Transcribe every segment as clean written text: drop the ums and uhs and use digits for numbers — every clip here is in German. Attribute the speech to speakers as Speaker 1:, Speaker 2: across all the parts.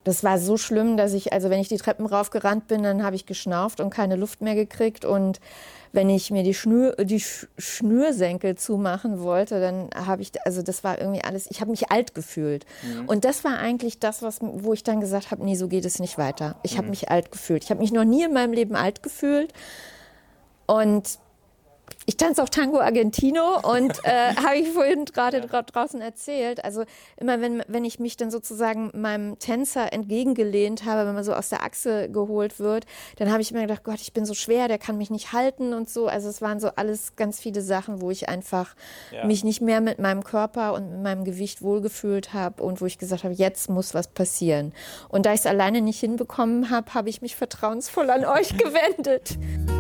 Speaker 1: Das war so schlimm, dass ich, also wenn ich die Treppen raufgerannt bin, dann habe ich geschnauft und keine Luft mehr gekriegt. Und wenn ich mir die Schnürsenkel zumachen wollte, dann habe ich, also das war irgendwie alles, ich habe mich alt gefühlt. Und das war eigentlich das, wo ich dann gesagt habe, nee, so geht es nicht weiter. Ich habe mich alt gefühlt. Ich habe mich noch nie in meinem Leben alt gefühlt. Und ich tanze auch Tango Argentino und habe ich vorhin gerade draußen erzählt. Also immer wenn ich mich dann sozusagen meinem Tänzer entgegengelehnt habe, wenn man so aus der Achse geholt wird, dann habe ich immer gedacht, Gott, ich bin so schwer, der kann mich nicht halten und so. Also es waren so alles ganz viele Sachen, wo ich einfach mich nicht mehr mit meinem Körper und mit meinem Gewicht wohlgefühlt habe und wo ich gesagt habe, jetzt muss was passieren. Und da ich es alleine nicht hinbekommen habe, habe ich mich vertrauensvoll an euch gewendet.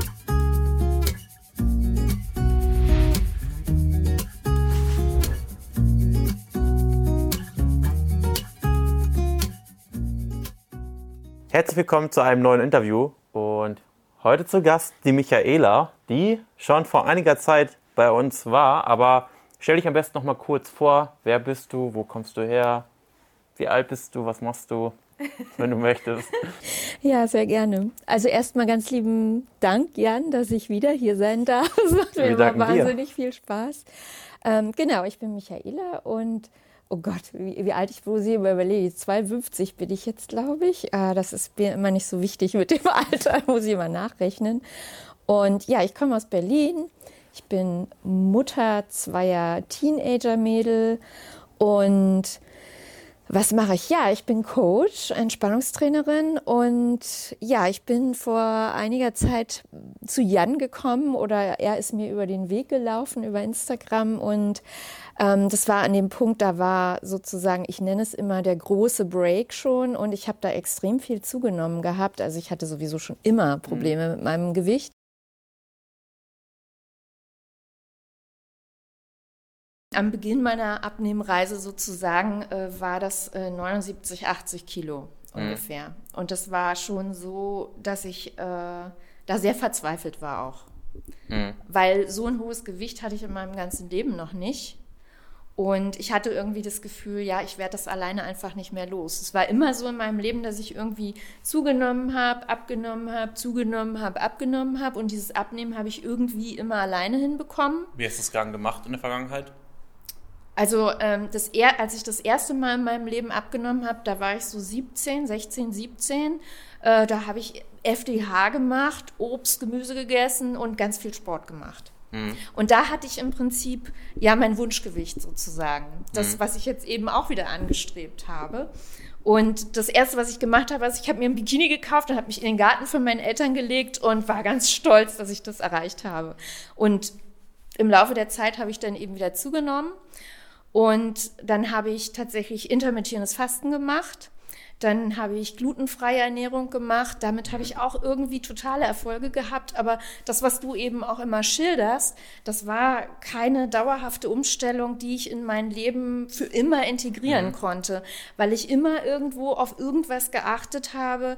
Speaker 2: Herzlich willkommen zu einem neuen Interview und heute zu Gast die Michaela, die schon vor einiger Zeit bei uns war, aber stell dich am besten noch mal kurz vor, wer bist du, wo kommst du her, wie alt bist du, was machst du, wenn du möchtest.
Speaker 1: Ja, sehr gerne. Also erstmal ganz lieben Dank, Jan, dass ich wieder hier sein darf. Es macht mir immer wahnsinnig viel Spaß. Genau, ich bin Michaela und oh Gott, wie alt ich wohl sie überlege. 52 bin ich jetzt, glaube ich. Das ist mir immer nicht so wichtig mit dem Alter, muss ich immer nachrechnen. Und ja, ich komme aus Berlin. Ich bin Mutter zweier Teenager-Mädel. Und was mache ich? Ja, ich bin Coach, Entspannungstrainerin. Und ja, ich bin vor einiger Zeit zu Jan gekommen oder er ist mir über den Weg gelaufen, über Instagram. Und das war an dem Punkt, da war sozusagen, ich nenne es immer der große Break schon und ich habe da extrem viel zugenommen gehabt. Also ich hatte sowieso schon immer Probleme mit meinem Gewicht. Am Beginn meiner Abnehmreise sozusagen war das 79, 80 Kilo ungefähr. Und das war schon so, dass ich da sehr verzweifelt war auch. Weil so ein hohes Gewicht hatte ich in meinem ganzen Leben noch nicht. Und ich hatte irgendwie das Gefühl, ja, ich werde das alleine einfach nicht mehr los. Es war immer so in meinem Leben, dass ich irgendwie zugenommen habe, abgenommen habe, zugenommen habe, abgenommen habe. Und dieses Abnehmen habe ich irgendwie immer alleine hinbekommen.
Speaker 2: Wie hast du das gerade gemacht in der Vergangenheit?
Speaker 1: Also als ich das erste Mal in meinem Leben abgenommen habe, da war ich so 16, 17. Da habe ich FDH gemacht, Obst, Gemüse gegessen und ganz viel Sport gemacht. Und da hatte ich im Prinzip ja mein Wunschgewicht sozusagen. Das, was ich jetzt eben auch wieder angestrebt habe. Und das Erste, was ich gemacht habe, ist, ich habe mir ein Bikini gekauft und habe mich in den Garten von meinen Eltern gelegt und war ganz stolz, dass ich das erreicht habe. Und im Laufe der Zeit habe ich dann eben wieder zugenommen. Und dann habe ich tatsächlich intermittierendes Fasten gemacht. Dann habe ich glutenfreie Ernährung gemacht. Damit habe ich auch irgendwie totale Erfolge gehabt. Aber das, was du eben auch immer schilderst, das war keine dauerhafte Umstellung, die ich in mein Leben für immer integrieren konnte, weil ich immer irgendwo auf irgendwas geachtet habe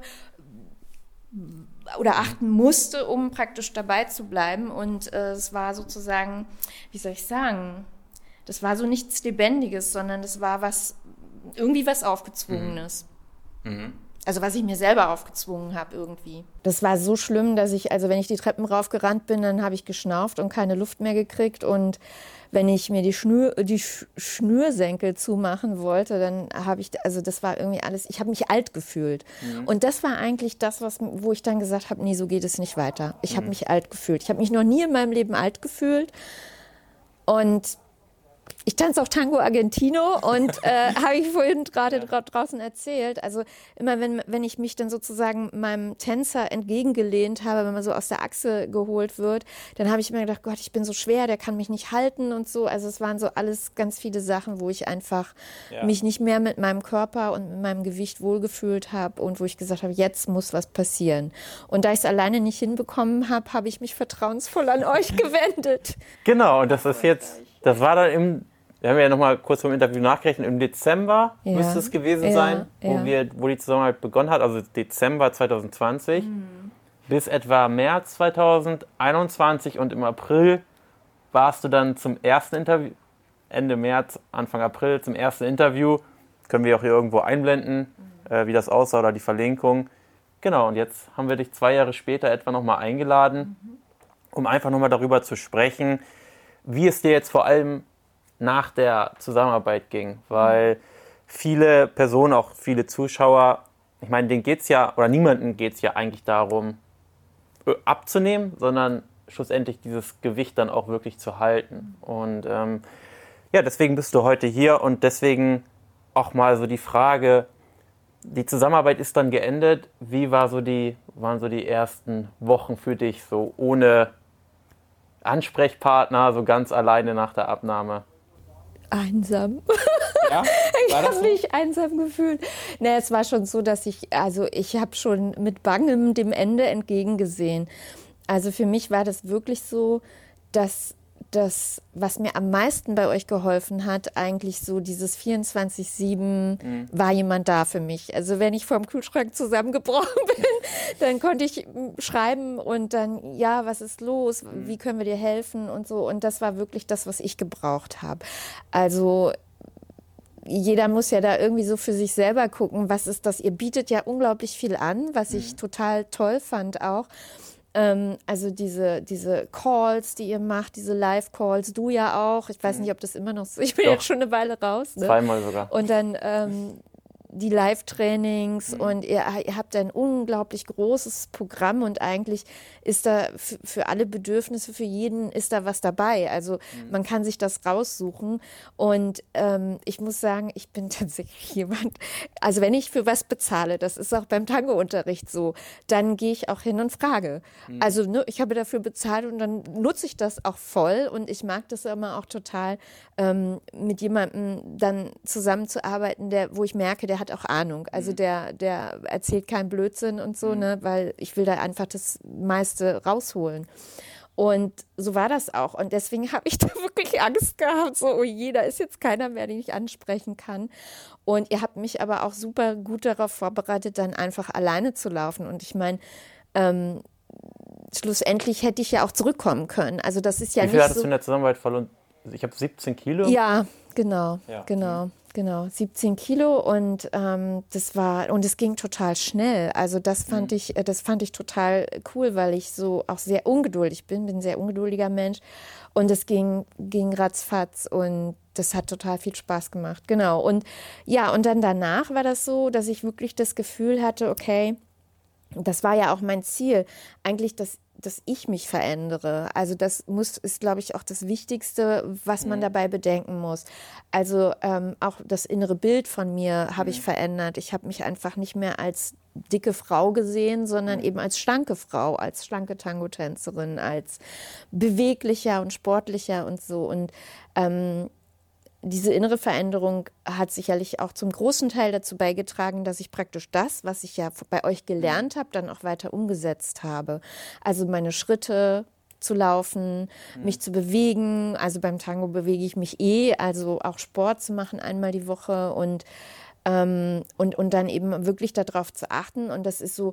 Speaker 1: oder achten musste, um praktisch dabei zu bleiben. Und es war sozusagen, wie soll ich sagen, das war so nichts Lebendiges, sondern das war irgendwie was Aufgezwungenes. Also was ich mir selber aufgezwungen habe irgendwie. Das war so schlimm, dass ich, also wenn ich die Treppen raufgerannt bin, dann habe ich geschnauft und keine Luft mehr gekriegt. Und wenn ich mir die Schnürsenkel zumachen wollte, dann habe ich, also das war irgendwie alles, ich habe mich alt gefühlt. Und das war eigentlich das, wo ich dann gesagt habe, nee, so geht es nicht weiter. Ich habe mich alt gefühlt. Ich habe mich noch nie in meinem Leben alt gefühlt. Und ich tanze auch Tango Argentino und habe ich vorhin gerade draußen erzählt. Also immer wenn ich mich dann sozusagen meinem Tänzer entgegengelehnt habe, wenn man so aus der Achse geholt wird, dann habe ich immer gedacht, Gott, ich bin so schwer, der kann mich nicht halten und so. Also es waren so alles ganz viele Sachen, wo ich einfach mich nicht mehr mit meinem Körper und mit meinem Gewicht wohlgefühlt habe und wo ich gesagt habe, jetzt muss was passieren. Und da ich es alleine nicht hinbekommen habe, habe ich mich vertrauensvoll an euch gewendet.
Speaker 2: Genau, und das war dann wir haben ja noch mal kurz vom Interview nachgerechnet, im Dezember müsste es gewesen sein, wo die Zusammenarbeit begonnen hat, also Dezember 2020 bis etwa März 2021 und im April warst du dann zum ersten Interview, Ende März, Anfang April zum ersten Interview, können wir auch hier irgendwo einblenden, wie das aussah oder die Verlinkung. Genau, und jetzt haben wir dich 2 Jahre später etwa nochmal eingeladen, um einfach nochmal darüber zu sprechen, wie es dir jetzt vor allem nach der Zusammenarbeit ging. Weil viele Personen, auch viele Zuschauer, ich meine, denen geht's ja, oder niemandem geht es ja eigentlich darum, abzunehmen, sondern schlussendlich dieses Gewicht dann auch wirklich zu halten. Und ja, deswegen bist du heute hier und deswegen auch mal so die Frage, die Zusammenarbeit ist dann geendet. Wie waren so die ersten Wochen für dich, so ohne Ansprechpartner, so ganz alleine nach der Abnahme?
Speaker 1: Einsam.
Speaker 2: Ja?
Speaker 1: Ich habe mich einsam gefühlt. Nee, es war schon so, dass ich habe schon mit Bangem dem Ende entgegengesehen. Also für mich war das wirklich so, dass das, was mir am meisten bei euch geholfen hat, eigentlich so dieses 24/7 war jemand da für mich. Also wenn ich vorm Kühlschrank zusammengebrochen bin, dann konnte ich schreiben und dann, ja, was ist los? Wie können wir dir helfen und so. Und das war wirklich das, was ich gebraucht habe. Also jeder muss ja da irgendwie so für sich selber gucken, was ist das? Ihr bietet ja unglaublich viel an, was ich total toll fand auch. Also diese Calls, die ihr macht, diese Live-Calls, du ja auch. Ich weiß nicht, ob das immer noch so ist. Ich bin jetzt schon eine Weile raus. Ne?
Speaker 2: 2-mal sogar.
Speaker 1: Und dann die Live-Trainings und ihr habt ein unglaublich großes Programm und eigentlich ist da für alle Bedürfnisse, für jeden ist da was dabei. Also man kann sich das raussuchen und ich muss sagen, ich bin tatsächlich jemand, also wenn ich für was bezahle, das ist auch beim Tango-Unterricht so, dann gehe ich auch hin und frage. Also ne, ich habe dafür bezahlt und dann nutze ich das auch voll und ich mag das immer auch total, mit jemandem dann zusammenzuarbeiten, wo ich merke, der hat auch Ahnung. Also der erzählt keinen Blödsinn und so, ne, weil ich will da einfach das meiste rausholen. Und so war das auch. Und deswegen habe ich da wirklich Angst gehabt, so, oh je, da ist jetzt keiner mehr, den ich ansprechen kann. Und ihr habt mich aber auch super gut darauf vorbereitet, dann einfach alleine zu laufen. Und ich meine, schlussendlich hätte ich ja auch zurückkommen können. Also das ist ja nicht so.
Speaker 2: Wie viel hattest du in der Zusammenarbeit verloren? Ich habe 17 Kilo.
Speaker 1: Ja, genau. 17 Kilo und es ging total schnell. Also das fand ich total cool, weil ich so auch sehr ungeduldig bin ein sehr ungeduldiger Mensch und es ging ratzfatz und das hat total viel Spaß gemacht. Genau. Und ja, und dann danach war das so, dass ich wirklich das Gefühl hatte, okay, das war ja auch mein Ziel, eigentlich, dass ich mich verändere. Also das ist, glaube ich, auch das Wichtigste, was man dabei bedenken muss. Also auch das innere Bild von mir habe ich verändert. Ich habe mich einfach nicht mehr als dicke Frau gesehen, sondern eben als schlanke Frau, als schlanke Tango-Tänzerin, als beweglicher und sportlicher und so. Und diese innere Veränderung hat sicherlich auch zum großen Teil dazu beigetragen, dass ich praktisch das, was ich ja bei euch gelernt habe, dann auch weiter umgesetzt habe. Also meine Schritte zu laufen, mich zu bewegen. Also beim Tango bewege ich mich also auch Sport zu machen einmal die Woche und dann eben wirklich darauf zu achten. Und das ist so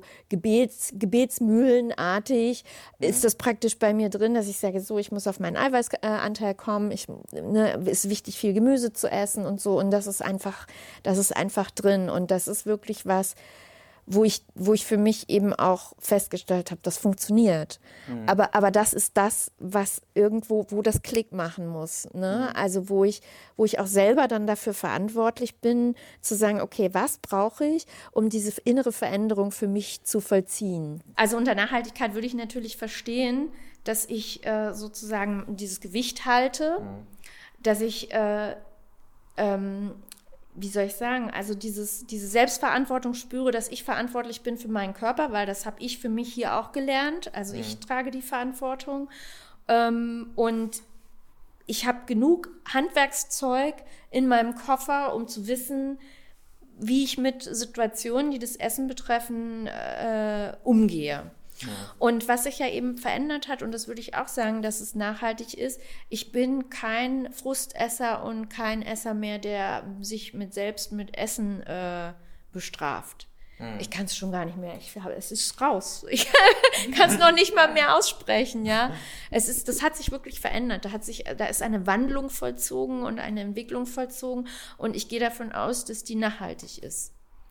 Speaker 1: gebetsmühlenartig, ist das praktisch bei mir drin, dass ich sage, so, ich muss auf meinen Eiweißanteil kommen. Ist wichtig, viel Gemüse zu essen und so. Und das ist einfach drin. Und das ist wirklich was, wo ich für mich eben auch festgestellt habe, das funktioniert. Aber das ist das, was irgendwo, wo das Klick machen muss. Ne? Also wo ich auch selber dann dafür verantwortlich bin, zu sagen, okay, was brauche ich, um diese innere Veränderung für mich zu vollziehen? Also unter Nachhaltigkeit würde ich natürlich verstehen, dass ich sozusagen dieses Gewicht halte, dass ich wie soll ich sagen, also diese Selbstverantwortung spüre, dass ich verantwortlich bin für meinen Körper, weil das habe ich für mich hier auch gelernt. Also ich trage die Verantwortung und ich habe genug Handwerkszeug in meinem Koffer, um zu wissen, wie ich mit Situationen, die das Essen betreffen, umgehe. Ja. Und was sich ja eben verändert hat, und das würde ich auch sagen, dass es nachhaltig ist, ich bin kein Frustesser und kein Esser mehr, der sich selbst mit Essen bestraft. Ich kann es schon gar nicht mehr. Es ist raus. Ich kann es noch nicht mal mehr aussprechen, ja. Das hat sich wirklich verändert. Da ist eine Wandlung vollzogen und eine Entwicklung vollzogen und ich gehe davon aus, dass die nachhaltig ist.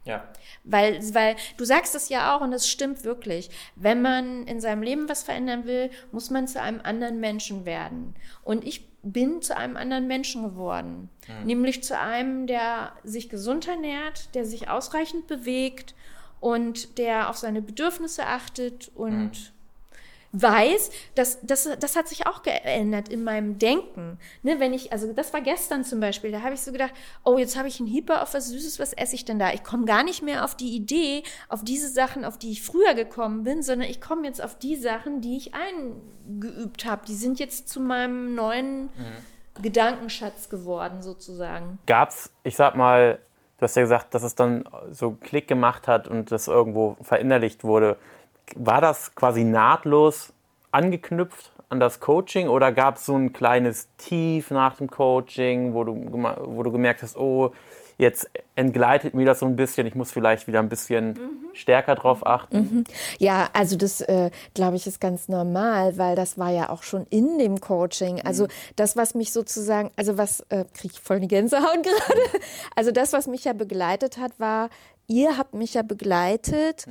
Speaker 2: Ja.
Speaker 1: Weil du sagst es ja auch und es stimmt wirklich. Wenn man in seinem Leben was verändern will, muss man zu einem anderen Menschen werden. Und ich bin zu einem anderen Menschen geworden. Nämlich zu einem, der sich gesund ernährt, der sich ausreichend bewegt und der auf seine Bedürfnisse achtet und weiß, das hat sich auch geändert in meinem Denken. Ne, also das war gestern zum Beispiel, da habe ich so gedacht, oh, jetzt habe ich einen Hyper auf was Süßes, was esse ich denn da? Ich komme gar nicht mehr auf die Idee, auf diese Sachen, auf die ich früher gekommen bin, sondern ich komme jetzt auf die Sachen, die ich eingeübt habe. Die sind jetzt zu meinem neuen Gedankenschatz geworden, sozusagen.
Speaker 2: Gab's, ich sag mal, du hast ja gesagt, dass es dann so Klick gemacht hat und das irgendwo verinnerlicht wurde. War das quasi nahtlos angeknüpft an das Coaching oder gab es so ein kleines Tief nach dem Coaching, wo du gemerkt hast, oh, jetzt entgleitet mir das so ein bisschen, ich muss vielleicht wieder ein bisschen stärker drauf achten?
Speaker 3: Ja, also das, glaube ich, ist ganz normal, weil das war ja auch schon in dem Coaching. Also das, was mich sozusagen, also was, kriege ich voll die Gänsehaut gerade, also das, was mich ja begleitet hat, war, ihr habt mich ja begleitet,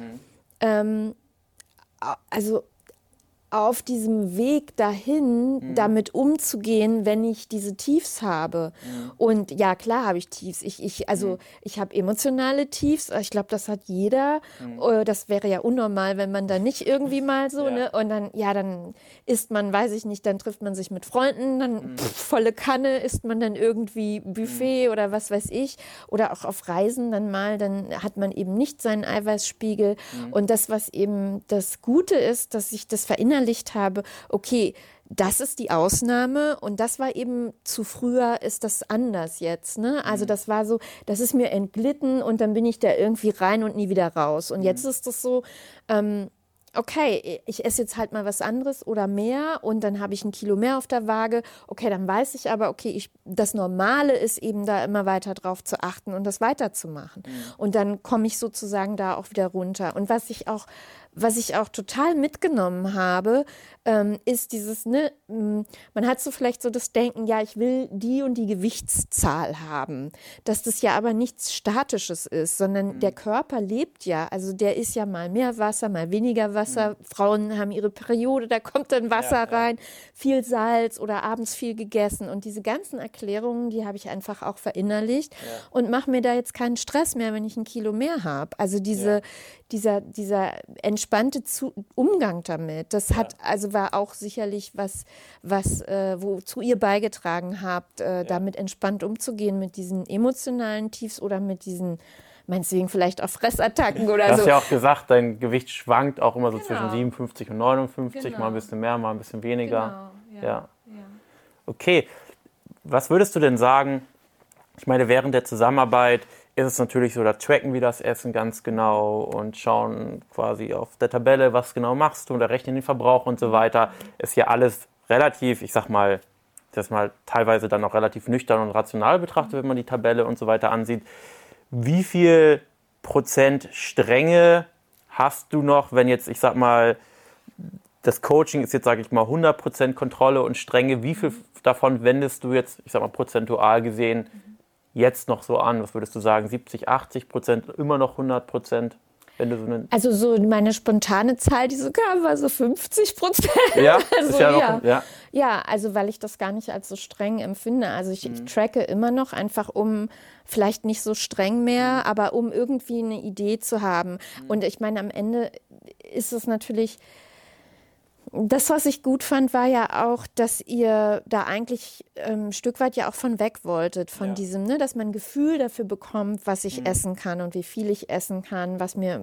Speaker 3: also auf diesem Weg dahin, damit umzugehen, wenn ich diese Tiefs habe. Und ja, klar habe ich Tiefs. Ich habe emotionale Tiefs. Ich glaube, das hat jeder. Das wäre ja unnormal, wenn man da nicht irgendwie mal so, ne? Und dann isst man, weiß ich nicht, dann trifft man sich mit Freunden, dann volle Kanne isst man dann irgendwie Buffet oder was weiß ich. Oder auch auf Reisen dann hat man eben nicht seinen Eiweißspiegel. Und das, was eben das Gute ist, dass ich das verinnerlicht habe, okay, das ist die Ausnahme und das war eben zu früher, ist das anders jetzt, ne? Also das war so, das ist mir entglitten und dann bin ich da irgendwie rein und nie wieder raus. Und jetzt ist das so, okay, ich esse jetzt halt mal was anderes oder mehr und dann habe ich 1 Kilo mehr auf der Waage. Okay, dann weiß ich aber, okay, das Normale ist eben da immer weiter drauf zu achten und das weiterzumachen. Und dann komme ich sozusagen da auch wieder runter. Und was ich auch total mitgenommen habe, ist dieses, ne, man hat so vielleicht so das Denken, ja, ich will die und die Gewichtszahl haben, dass das ja aber nichts Statisches ist, sondern der Körper lebt ja, also der ist ja mal mehr Wasser, mal weniger Wasser, Frauen haben ihre Periode, da kommt dann Wasser rein, viel Salz oder abends viel gegessen und diese ganzen Erklärungen, die habe ich einfach auch verinnerlicht und mache mir da jetzt keinen Stress mehr, wenn ich 1 Kilo mehr habe. Also dieser entspannte Umgang damit, das war auch sicherlich was wozu ihr beigetragen habt, damit entspannt umzugehen mit diesen emotionalen Tiefs oder mit diesen, meinetwegen vielleicht auch Fressattacken oder so.
Speaker 2: Du hast ja auch gesagt, dein Gewicht schwankt auch immer so zwischen 57 und 59, mal ein bisschen mehr, mal ein bisschen weniger.
Speaker 1: Genau,
Speaker 2: ja. Okay, was würdest du denn sagen, ich meine, während der Zusammenarbeit ist es natürlich so, da tracken wir das Essen ganz genau und schauen quasi auf der Tabelle, was genau machst du und da rechnen den Verbrauch und so weiter. Ist ja alles relativ, ich sag mal, das mal teilweise dann auch relativ nüchtern und rational betrachtet, wenn man die Tabelle und so weiter ansieht. Wie viel Prozent Strenge hast du noch, wenn jetzt, ich sag mal, das Coaching ist jetzt, sage ich mal, 100% Kontrolle und Strenge. Wie viel davon wendest du jetzt, ich sag mal, prozentual gesehen, jetzt noch so an? Was würdest du sagen? 70, 80%, immer noch 100%? Wenn du so
Speaker 3: also so meine spontane Zahl, die so kam, war so 50%.
Speaker 2: Ja,
Speaker 3: also,
Speaker 2: ist ja noch,
Speaker 3: ja, also weil ich das gar nicht als so streng empfinde. Also ich tracke immer noch, einfach um vielleicht nicht so streng mehr, aber um irgendwie eine Idee zu haben. Und ich meine, am Ende ist es natürlich... Das, was ich gut fand, war ja auch, dass ihr da eigentlich ein Stück weit ja auch von weg wolltet, von diesem, ne, dass man ein Gefühl dafür bekommt, was ich essen kann und wie viel ich essen kann, was mir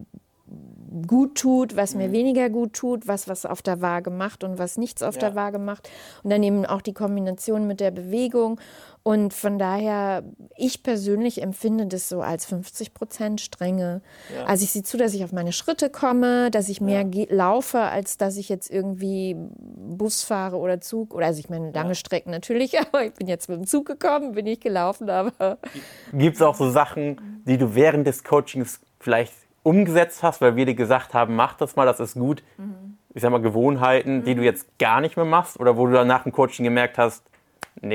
Speaker 3: gut tut, was mir weniger gut tut, was auf der Waage macht und was nichts auf der Waage macht. Und dann eben auch die Kombination mit der Bewegung. Und von daher, ich persönlich empfinde das so als 50% Strenge. Ja. Also ich sehe zu, dass ich auf meine Schritte komme, dass ich mehr laufe, als dass ich jetzt irgendwie Bus fahre oder Zug. Oder also ich meine, lange Strecken natürlich, aber ich bin jetzt mit dem Zug gekommen, bin ich gelaufen. Aber
Speaker 2: gibt es auch so Sachen, die du während des Coachings vielleicht umgesetzt hast, weil wir dir gesagt haben, mach das mal, das ist gut. Ich sag mal, Gewohnheiten, die du jetzt gar nicht mehr machst oder wo du dann nach dem Coaching gemerkt hast, nee,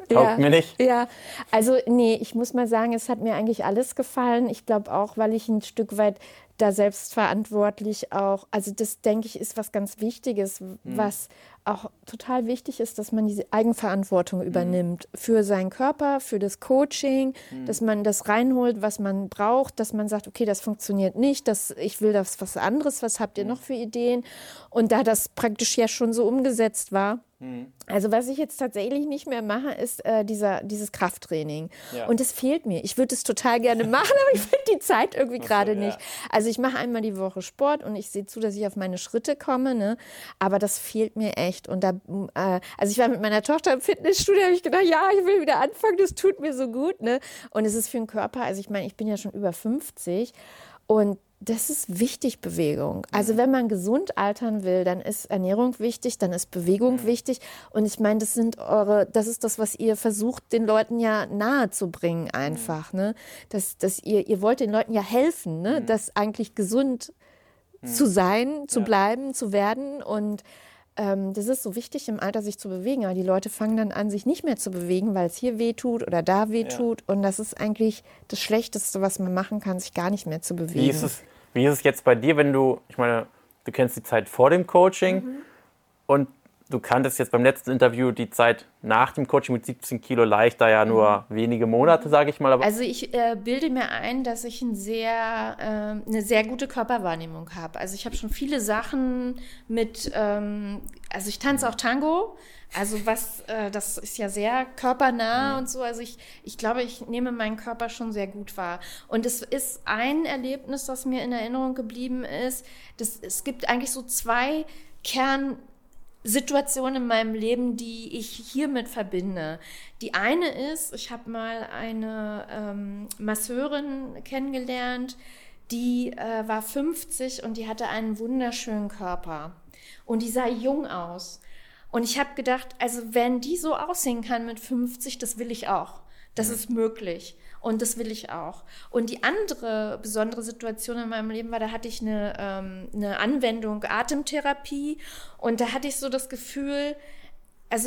Speaker 2: Taugt mir nicht.
Speaker 3: Ja, also nee, ich muss mal sagen, es hat mir eigentlich alles gefallen. Ich glaube auch, weil ich ein Stück weit da selbstverantwortlich auch, also das denke ich ist was ganz Wichtiges, was auch total wichtig ist, dass man diese Eigenverantwortung übernimmt für seinen Körper, für das Coaching, dass man das reinholt, was man braucht, dass man sagt, okay, das funktioniert nicht, ich will das was anderes, was habt ihr noch für Ideen? Und da das praktisch ja schon so umgesetzt war, also was ich jetzt tatsächlich nicht mehr mache, ist dieses Krafttraining. Ja. Und das fehlt mir. Ich würde es total gerne machen, aber ich finde die Zeit irgendwie gerade nicht. Also ich mache einmal die Woche Sport und ich sehe zu, dass ich auf meine Schritte komme, ne? Aber das fehlt mir echt. Und also ich war mit meiner Tochter im Fitnessstudio, habe ich gedacht, ja, ich will wieder anfangen, das tut mir so gut, ne? Und es ist für den Körper, also ich meine, ich bin ja schon über 50 und das ist wichtig, Bewegung. Also wenn man gesund altern will, dann ist Ernährung wichtig, dann ist Bewegung wichtig. Und ich meine, das ist das, was ihr versucht, den Leuten ja nahe zu bringen einfach. Ne? Dass ihr wollt den Leuten ja helfen, ne? Das eigentlich gesund zu sein, zu bleiben, zu werden. Und das ist so wichtig im Alter, sich zu bewegen. Aber die Leute fangen dann an, sich nicht mehr zu bewegen, weil es hier weh tut oder da weh tut. Und das ist eigentlich das Schlechteste, was man machen kann, sich gar nicht mehr zu bewegen.
Speaker 2: Wie ist es jetzt bei dir, wenn ich meine, du kennst die Zeit vor dem Coaching und du kanntest jetzt beim letzten Interview die Zeit nach dem Coaching mit 17 Kilo leichter, ja nur wenige Monate, sage ich mal. Aber
Speaker 1: also ich bilde mir ein, dass ich eine sehr gute Körperwahrnehmung habe. Also ich habe schon viele Sachen also ich tanze auch Tango. Also das ist ja sehr körpernah und so. Also ich glaube, ich nehme meinen Körper schon sehr gut wahr. Und es ist ein Erlebnis, das mir in Erinnerung geblieben ist. Es gibt eigentlich so 2 Kernsituationen in meinem Leben, die ich hiermit verbinde. Die eine ist, ich habe mal eine Masseurin kennengelernt, die war 50 und die hatte einen wunderschönen Körper. Und die sah jung aus. Und ich habe gedacht, also wenn die so aussehen kann mit 50, das will ich auch. Das ist möglich. Und das will ich auch. Und die andere besondere Situation in meinem Leben war, da hatte ich eine Anwendung Atemtherapie. Und da hatte ich so das Gefühl, als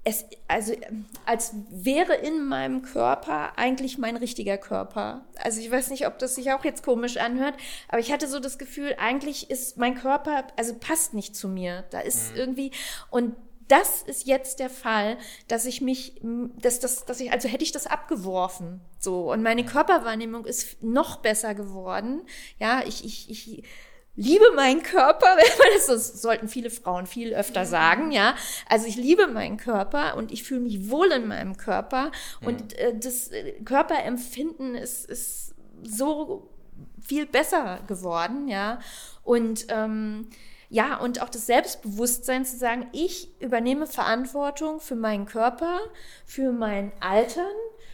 Speaker 1: wäre in meinem Körper eigentlich mein richtiger Körper. Also ich weiß nicht, ob das sich auch jetzt komisch anhört, aber ich hatte so das Gefühl, eigentlich ist mein Körper, also passt nicht zu mir. Da ist irgendwie, und das ist jetzt der Fall, dass ich also hätte ich das abgeworfen, so. Und meine Körperwahrnehmung ist noch besser geworden. Ja, ich liebe meinen Körper, das sollten viele Frauen viel öfter sagen, ja. Also ich liebe meinen Körper und ich fühle mich wohl in meinem Körper und das Körperempfinden ist so viel besser geworden, ja. Und und auch das Selbstbewusstsein zu sagen, ich übernehme Verantwortung für meinen Körper, für mein Altern,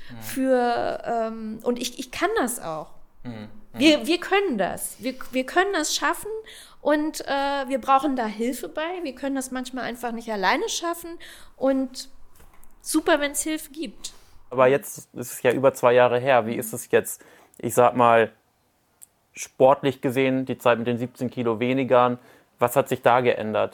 Speaker 1: und ich kann das auch. Wir können das. Wir können das schaffen und wir brauchen da Hilfe bei. Wir können das manchmal einfach nicht alleine schaffen und super, wenn es Hilfe gibt.
Speaker 2: Aber jetzt ist es ja über 2 Jahre her. Wie ist es jetzt, ich sag mal, sportlich gesehen, die Zeit mit den 17 Kilo weniger? Was hat sich da geändert?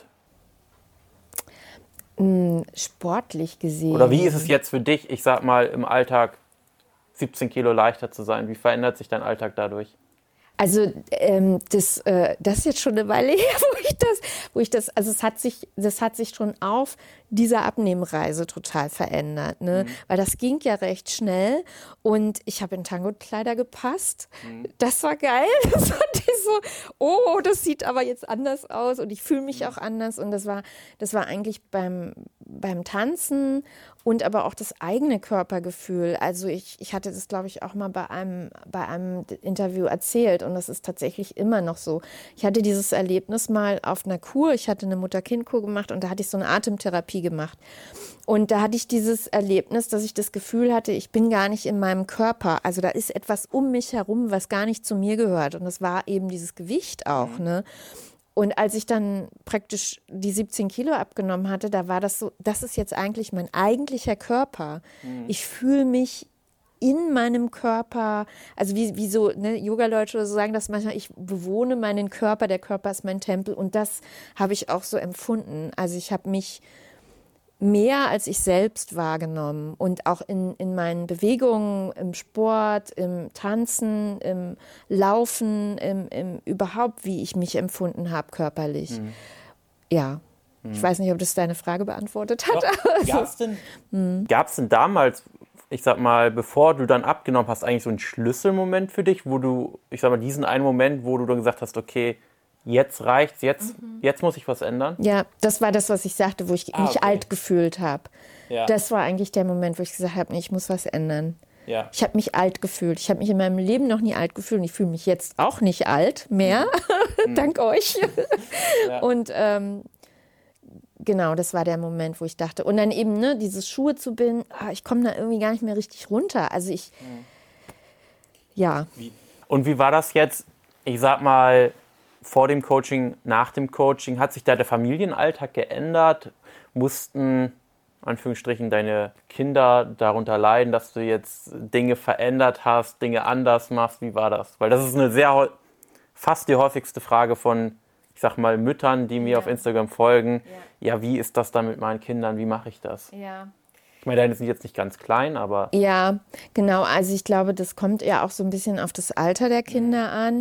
Speaker 3: Sportlich gesehen.
Speaker 2: Oder wie ist es jetzt für dich, ich sag mal, im Alltag 17 Kilo leichter zu sein? Wie verändert sich dein Alltag dadurch?
Speaker 3: Also das ist jetzt schon eine Weile her, also das hat sich schon auf dieser Abnehmreise total verändert, ne? Weil das ging ja recht schnell und ich habe in Tango-Kleider gepasst. Das war geil. Das fand ich so, oh, das sieht aber jetzt anders aus und ich fühle mich auch anders und das war eigentlich beim Tanzen und aber auch das eigene Körpergefühl. Also ich hatte das, glaube ich, auch mal bei einem Interview erzählt und das ist tatsächlich immer noch so. Ich hatte dieses Erlebnis mal auf einer Kur, ich hatte eine Mutter-Kind-Kur gemacht und da hatte ich so eine Atemtherapie gemacht. Und da hatte ich dieses Erlebnis, dass ich das Gefühl hatte, ich bin gar nicht in meinem Körper. Also da ist etwas um mich herum, was gar nicht zu mir gehört. Und das war eben dieses Gewicht auch, ne? Und als ich dann praktisch die 17 Kilo abgenommen hatte, da war das so, das ist jetzt eigentlich mein eigentlicher Körper. Ich fühle mich in meinem Körper, also wie so Yoga-Leute so sagen das manchmal, ich bewohne meinen Körper, der Körper ist mein Tempel und das habe ich auch so empfunden. Also ich habe mich mehr als ich selbst wahrgenommen und auch in meinen Bewegungen, im Sport, im Tanzen, im Laufen, im überhaupt, wie ich mich empfunden habe körperlich. Ja, ich weiß nicht, ob das deine Frage beantwortet hat.
Speaker 2: Gab's denn damals, ich sag mal, bevor du dann abgenommen hast, eigentlich so einen Schlüsselmoment für dich, wo du, ich sag mal, diesen einen Moment, wo du dann gesagt hast, okay, jetzt reicht's, jetzt muss ich was ändern?
Speaker 3: Ja, das war das, was ich sagte, wo ich mich alt gefühlt habe.
Speaker 2: Ja.
Speaker 3: Das war eigentlich der Moment, wo ich gesagt habe, nee, ich muss was ändern.
Speaker 2: Ja.
Speaker 3: Ich habe mich alt gefühlt. Ich habe mich in meinem Leben noch nie alt gefühlt und ich fühle mich jetzt auch nicht alt mehr, dank euch.
Speaker 2: Ja.
Speaker 3: Und genau, das war der Moment, wo ich dachte, und dann eben, ne, diese Schuhe zu binden, ich komme da irgendwie gar nicht mehr richtig runter. Also ja.
Speaker 2: Und wie war das jetzt, ich sag mal, vor dem Coaching, nach dem Coaching? Hat sich da der Familienalltag geändert? Mussten, Anführungsstrichen, deine Kinder darunter leiden, dass du jetzt Dinge verändert hast, Dinge anders machst? Wie war das? Weil das ist eine fast die häufigste Frage von, ich sag mal, Müttern, die mir auf Instagram folgen. Ja, wie ist das dann mit meinen Kindern? Wie mache ich das?
Speaker 1: Ja.
Speaker 2: Ich meine, deine sind jetzt nicht ganz klein, aber...
Speaker 3: Ja, genau. Also ich glaube, das kommt ja auch so ein bisschen auf das Alter der Kinder an.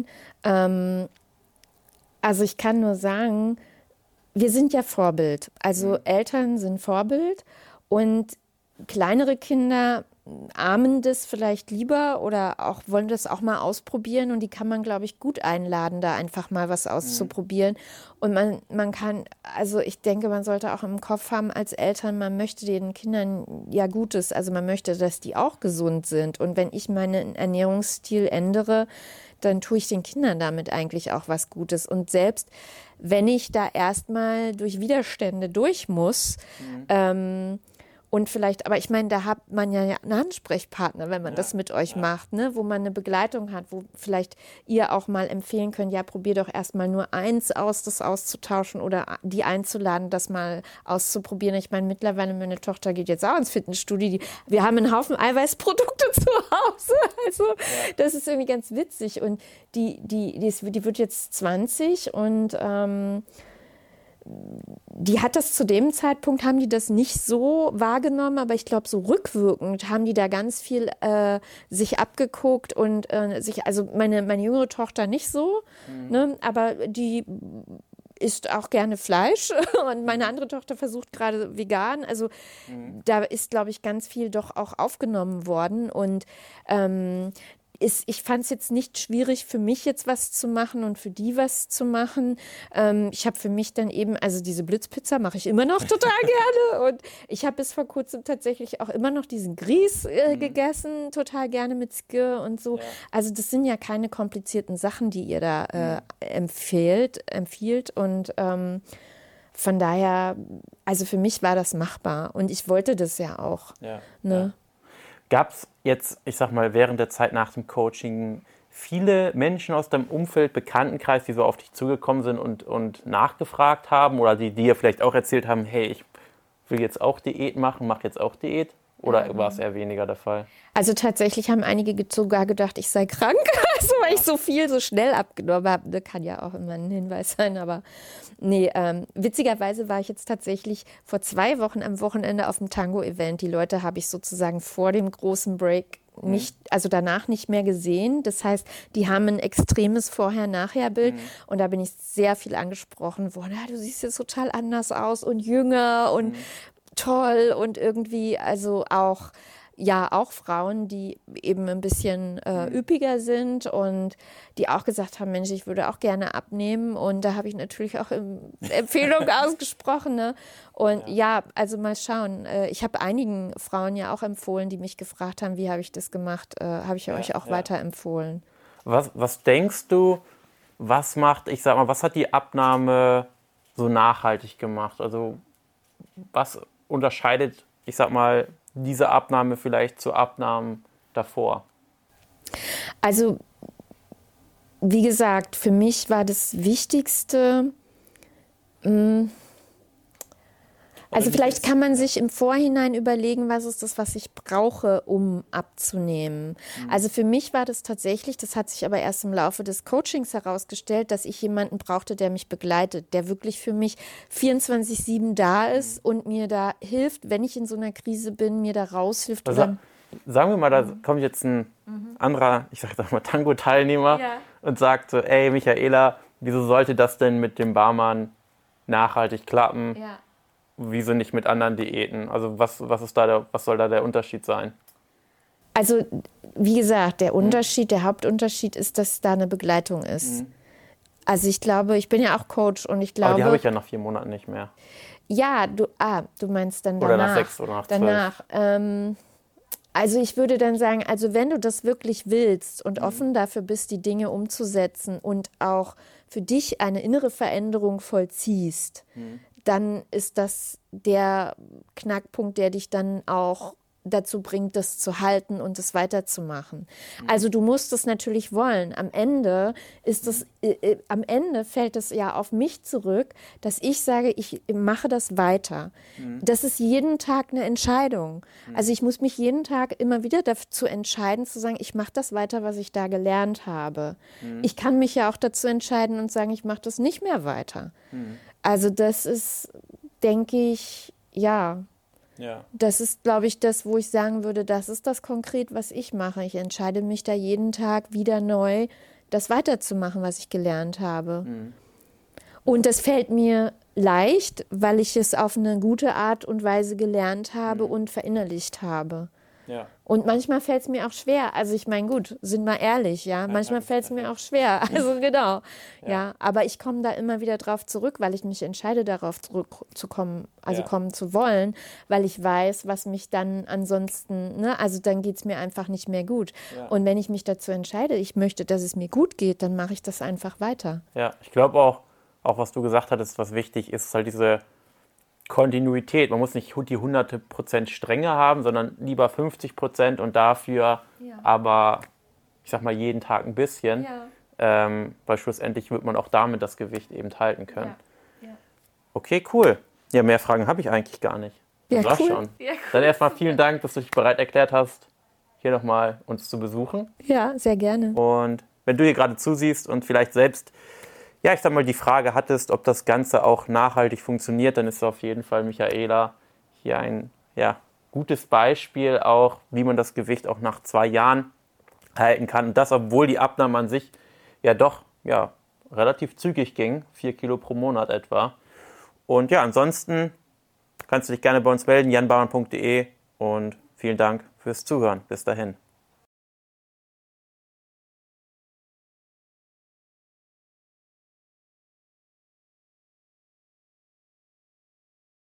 Speaker 3: Also ich kann nur sagen, wir sind ja Vorbild. Also Eltern sind Vorbild und kleinere Kinder ahmen das vielleicht lieber oder auch wollen das auch mal ausprobieren und die kann man, glaube ich, gut einladen, da einfach mal was auszuprobieren. Und man kann, also ich denke, man sollte auch im Kopf haben als Eltern, man möchte den Kindern ja Gutes, also man möchte, dass die auch gesund sind. Und wenn ich meinen Ernährungsstil ändere, dann tue ich den Kindern damit eigentlich auch was Gutes. Und selbst wenn ich da erstmal durch Widerstände durch muss, und vielleicht, aber ich meine, da hat man ja einen Ansprechpartner, wenn man das mit euch macht, ne? Wo man eine Begleitung hat, wo vielleicht ihr auch mal empfehlen könnt, ja, probier doch erstmal nur eins aus, das auszutauschen oder die einzuladen, das mal auszuprobieren. Ich meine, mittlerweile, meine Tochter geht jetzt auch ins Fitnessstudio. Wir haben einen Haufen Eiweißprodukte zu Hause. Also das ist irgendwie ganz witzig. Und die wird jetzt 20 und die hat das zu dem Zeitpunkt, haben die das nicht so wahrgenommen, aber ich glaube, so rückwirkend haben die da ganz viel sich abgeguckt und also meine jüngere Tochter nicht so, ne, aber die isst auch gerne Fleisch und meine andere Tochter versucht gerade vegan, also da ist, glaube ich, ganz viel doch auch aufgenommen worden und ich fand es jetzt nicht schwierig, für mich jetzt was zu machen und für die was zu machen. Ich habe für mich dann eben, also diese Blitzpizza mache ich immer noch total gerne. Und ich habe bis vor kurzem tatsächlich auch immer noch diesen Grieß gegessen, total gerne mit Skir und so. Ja. Also das sind ja keine komplizierten Sachen, die ihr da empfiehlt. Und von daher, also für mich war das machbar. Und ich wollte das ja auch.
Speaker 2: Ja,
Speaker 3: ne?
Speaker 2: Ja. Gab es jetzt, ich sag mal, während der Zeit nach dem Coaching viele Menschen aus deinem Umfeld, Bekanntenkreis, die so auf dich zugekommen sind und nachgefragt haben oder die dir vielleicht auch erzählt haben, hey, ich will jetzt auch Diät machen, mache jetzt auch Diät? Oder war es eher weniger der Fall?
Speaker 3: Also tatsächlich haben einige sogar gedacht, ich sei krank, also weil ich so viel, so schnell abgenommen habe. Das kann ja auch immer ein Hinweis sein, aber nee, witzigerweise war ich jetzt tatsächlich vor 2 Wochen am Wochenende auf dem Tango-Event. Die Leute habe ich sozusagen vor dem großen Break also danach nicht mehr gesehen. Das heißt, die haben ein extremes Vorher-Nachher-Bild und da bin ich sehr viel angesprochen worden. Ja, du siehst jetzt total anders aus und jünger und toll und irgendwie, also auch Frauen, die eben ein bisschen üppiger sind und die auch gesagt haben, Mensch, ich würde auch gerne abnehmen und da habe ich natürlich auch Empfehlungen ausgesprochen. Ne? Und also mal schauen. Ich habe einigen Frauen ja auch empfohlen, die mich gefragt haben, wie habe ich das gemacht, habe ich euch auch weiterempfohlen.
Speaker 2: Was denkst du, was hat die Abnahme so nachhaltig gemacht? Also was unterscheidet, ich sag mal, diese Abnahme vielleicht zu Abnahmen davor?
Speaker 3: Also, wie gesagt, für mich war das Wichtigste, Also vielleicht kann man sich im Vorhinein überlegen, was ist das, was ich brauche, um abzunehmen. Also für mich war das tatsächlich, das hat sich aber erst im Laufe des Coachings herausgestellt, dass ich jemanden brauchte, der mich begleitet, der wirklich für mich 24/7 da ist und mir da hilft, wenn ich in so einer Krise bin, mir da raushilft.
Speaker 2: Also, sagen wir mal, da kommt jetzt ein anderer, ich sag jetzt mal Tango-Teilnehmer und sagt so, ey Michaela, wieso sollte das denn mit dem Barmann nachhaltig klappen?
Speaker 1: Ja.
Speaker 2: Wieso nicht mit anderen Diäten? Also was soll da der Unterschied sein?
Speaker 3: Also wie gesagt, der Hauptunterschied ist, dass da eine Begleitung ist. Also ich glaube, ich bin ja auch Coach und ich glaube...
Speaker 2: Aber die habe ich ja nach 4 Monaten nicht mehr.
Speaker 3: Ja, du meinst dann danach.
Speaker 2: Oder nach 6 oder nach 12.
Speaker 3: Danach. Also ich würde dann sagen, also wenn du das wirklich willst und offen dafür bist, die Dinge umzusetzen und auch für dich eine innere Veränderung vollziehst, dann ist das der Knackpunkt, der dich dann auch dazu bringt, das zu halten und es weiterzumachen. Also du musst es natürlich wollen. Am Ende fällt es ja auf mich zurück, dass ich sage, ich mache das weiter. Das ist jeden Tag eine Entscheidung. Also ich muss mich jeden Tag immer wieder dazu entscheiden, zu sagen, ich mache das weiter, was ich da gelernt habe. Ich kann mich ja auch dazu entscheiden und sagen, ich mache das nicht mehr weiter. Also das ist, denke ich, ja. Das ist, glaube ich, das, wo ich sagen würde, das ist das konkret, was ich mache. Ich entscheide mich da jeden Tag wieder neu, das weiterzumachen, was ich gelernt habe. Und das fällt mir leicht, weil ich es auf eine gute Art und Weise gelernt habe und verinnerlicht habe.
Speaker 2: Ja.
Speaker 3: Und manchmal fällt es mir auch schwer. Also ich meine, gut, sind wir ehrlich, ja. Manchmal fällt es mir auch schwer. Also genau. Ja. Aber ich komme da immer wieder drauf zurück, weil ich mich entscheide, darauf zurückzukommen, also kommen zu wollen, weil ich weiß, was mich dann ansonsten, also dann geht es mir einfach nicht mehr gut. Ja. Und wenn ich mich dazu entscheide, ich möchte, dass es mir gut geht, dann mache ich das einfach weiter.
Speaker 2: Ja, ich glaube auch was du gesagt hattest, was wichtig ist, halt diese Kontinuität. Man muss nicht die 100% Strenge haben, sondern lieber 50% und dafür aber, ich sag mal, jeden Tag ein bisschen. Weil schlussendlich wird man auch damit das Gewicht eben halten können. Okay, cool. Ja, mehr Fragen habe ich eigentlich gar nicht. Das war's schon. Ja, cool. Dann erstmal vielen Dank, dass du dich bereit erklärt hast, hier nochmal uns zu besuchen.
Speaker 3: Ja, sehr gerne.
Speaker 2: Und wenn du hier gerade zusiehst und vielleicht selbst ich sag mal, die Frage hattest, ob das Ganze auch nachhaltig funktioniert, dann ist auf jeden Fall Michaela hier ein gutes Beispiel auch, wie man das Gewicht auch nach 2 Jahren halten kann. Und das, obwohl die Abnahme an sich doch relativ zügig ging, 4 Kilo pro Monat etwa. Und ansonsten kannst du dich gerne bei uns melden, janbauern.de, und vielen Dank fürs Zuhören. Bis dahin.